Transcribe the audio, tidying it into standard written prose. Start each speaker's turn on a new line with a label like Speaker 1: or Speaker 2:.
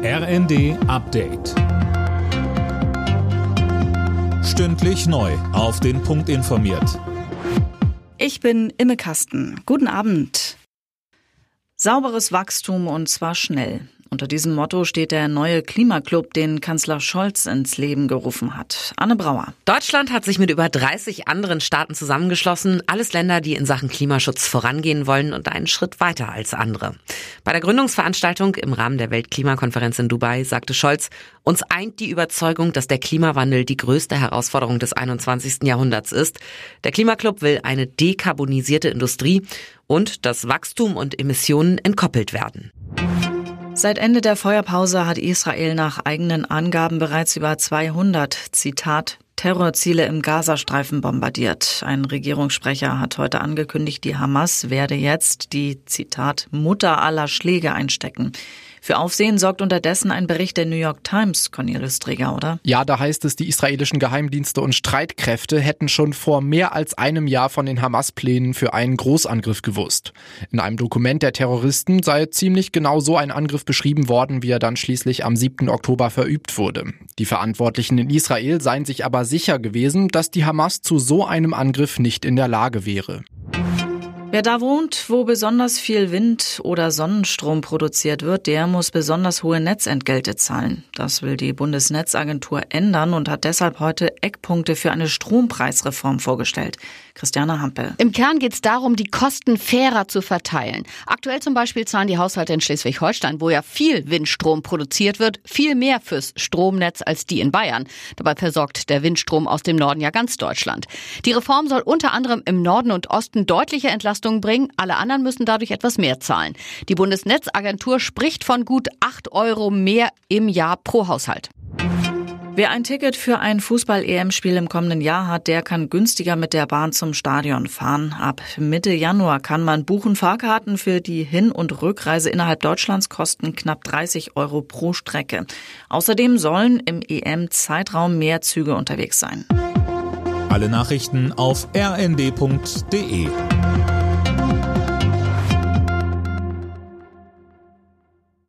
Speaker 1: RND Update. Stündlich neu auf den Punkt informiert.
Speaker 2: Ich bin Imme Kasten. Guten Abend. Sauberes Wachstum und zwar schnell. Unter diesem Motto steht der neue Klimaclub, den Kanzler Scholz ins Leben gerufen hat. Anne Brauer.
Speaker 3: Deutschland hat sich mit über 30 anderen Staaten zusammengeschlossen. Alles Länder, die in Sachen Klimaschutz vorangehen wollen und einen Schritt weiter als andere. Bei der Gründungsveranstaltung im Rahmen der Weltklimakonferenz in Dubai sagte Scholz, uns eint die Überzeugung, dass der Klimawandel die größte Herausforderung des 21. Jahrhunderts ist. Der Klimaclub will eine dekarbonisierte Industrie und dass Wachstum und Emissionen entkoppelt werden.
Speaker 2: Seit Ende der Feuerpause hat Israel nach eigenen Angaben bereits über 200, Zitat, Terrorziele im Gazastreifen bombardiert. Ein Regierungssprecher hat heute angekündigt, die Hamas werde jetzt die, Zitat, Mutter aller Schläge einstecken. Für Aufsehen sorgt unterdessen ein Bericht der New York Times, Cornelius Träger, oder?
Speaker 4: Ja, da heißt es, die israelischen Geheimdienste und Streitkräfte hätten schon vor mehr als einem Jahr von den Hamas-Plänen für einen Großangriff gewusst. In einem Dokument der Terroristen sei ziemlich genau so ein Angriff beschrieben worden, wie er dann schließlich am 7. Oktober verübt wurde. Die Verantwortlichen in Israel seien sich aber sicher gewesen, dass die Hamas zu so einem Angriff nicht in der Lage wäre.
Speaker 2: Wer da wohnt, wo besonders viel Wind oder Sonnenstrom produziert wird, der muss besonders hohe Netzentgelte zahlen. Das will die Bundesnetzagentur ändern und hat deshalb heute Eckpunkte für eine Strompreisreform vorgestellt. Christiane Hampel.
Speaker 5: Im Kern geht es darum, die Kosten fairer zu verteilen. Aktuell zum Beispiel zahlen die Haushalte in Schleswig-Holstein, wo ja viel Windstrom produziert wird, viel mehr fürs Stromnetz als die in Bayern. Dabei versorgt der Windstrom aus dem Norden ja ganz Deutschland. Die Reform soll unter anderem im Norden und Osten deutliche Entlastung bringen. Alle anderen müssen dadurch etwas mehr zahlen. Die Bundesnetzagentur spricht von gut 8 € mehr im Jahr pro Haushalt.
Speaker 2: Wer ein Ticket für ein Fußball-EM-Spiel im kommenden Jahr hat, der kann günstiger mit der Bahn zum Stadion fahren. Ab Mitte Januar kann man buchen. Fahrkarten für die Hin- und Rückreise innerhalb Deutschlands kosten knapp 30 € pro Strecke. Außerdem sollen im EM-Zeitraum mehr Züge unterwegs sein.
Speaker 1: Alle Nachrichten auf rnd.de.